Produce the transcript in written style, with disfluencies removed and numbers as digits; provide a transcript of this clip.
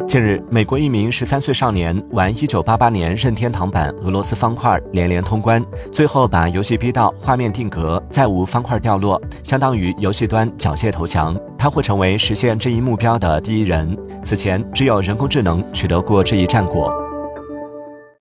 近日，美国一名13岁少年玩1988年任天堂版俄罗斯方块连通关，最后把游戏逼到画面定格，再无方块掉落，相当于游戏端缴械投降。他或成为实现这一目标的第一人。此前，只有人工智能取得过这一战果。